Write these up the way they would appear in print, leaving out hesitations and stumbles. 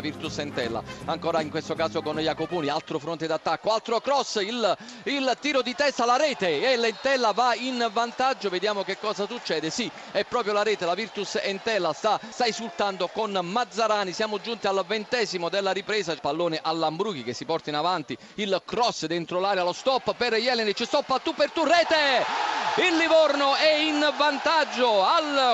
Virtus Entella, ancora in questo caso con Jacoponi, altro fronte d'attacco, altro cross, il tiro di testa, la rete e l'Entella va in vantaggio. Vediamo che cosa succede. Sì, è proprio la rete, la Virtus Entella sta esultando con Mazzarani. Siamo giunti al 20° della ripresa, pallone all'Ambruchi che si porta in avanti, il cross dentro l'area, lo stop per Jelenic, stop a tu per tu, rete! Il Livorno è in vantaggio al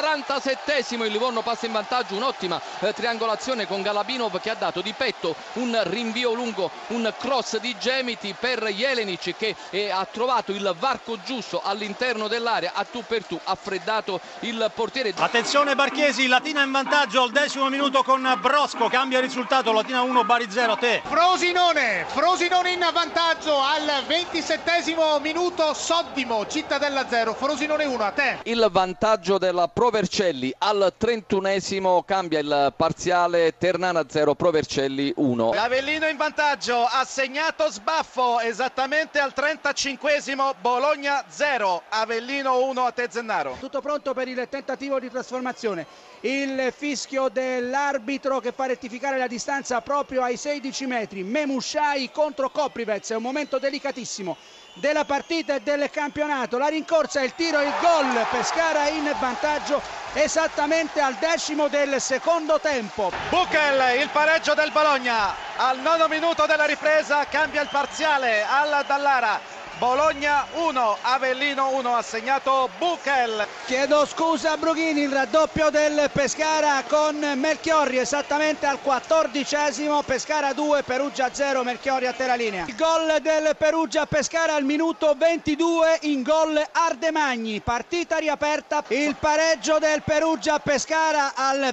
47°, il Livorno passa in vantaggio, un'ottima triangolazione con Galabinov che ha dato di petto un rinvio lungo, un cross di Gemiti per Jelenic che ha trovato il varco giusto all'interno dell'area, a tu per tu, ha freddato il portiere. Attenzione Barchesi, Latina in vantaggio al 10° minuto con Brosco, cambia il risultato, Latina 1 Bari 0, a te. Frosinone in vantaggio al 27° minuto, Soddimo, Cittadella 0, Frosinone 1, a te. Il vantaggio della Pro Vercelli al 31°, cambia il parziale, Ternana 0, Pro Vercelli 1. L'Avellino in vantaggio, ha segnato Sbaffo esattamente al 35°, Bologna 0, Avellino 1, a te Zennaro. Tutto pronto per il tentativo di trasformazione, il fischio dell'arbitro che fa rettificare la distanza proprio ai 16 metri, Memushai contro Koprivec, è un momento delicatissimo della partita e del campionato, la rincorsa, il tiro, il gol, Pescara in vantaggio esattamente al 10° del secondo tempo. Buchel, il pareggio del Bologna al 9° minuto della ripresa, cambia il parziale al Dallara. Bologna 1, Avellino 1, ha segnato Buchel. Chiedo scusa Brughini, il raddoppio del Pescara con Melchiorri esattamente al 14°, Pescara 2, Perugia 0, Melchiorri a te la linea. Il gol del Perugia Pescara al minuto 22, in gol Ardemagni, partita riaperta, il pareggio del Perugia Pescara al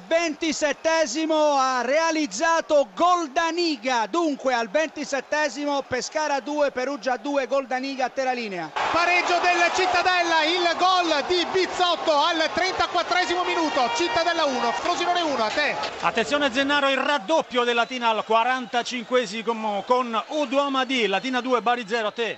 27°, ha realizzato Goldaniga, dunque al 27° Pescara 2, Perugia 2, Goldaniga a te la linea. Pareggio del Cittadella, il gol di Bizzotto al 34° minuto, Cittadella 1, Frosinone 1, a te. Attenzione Zennaro, il raddoppio del Latina al 45° con Uduamadi, Latina 2 Bari 0, a te.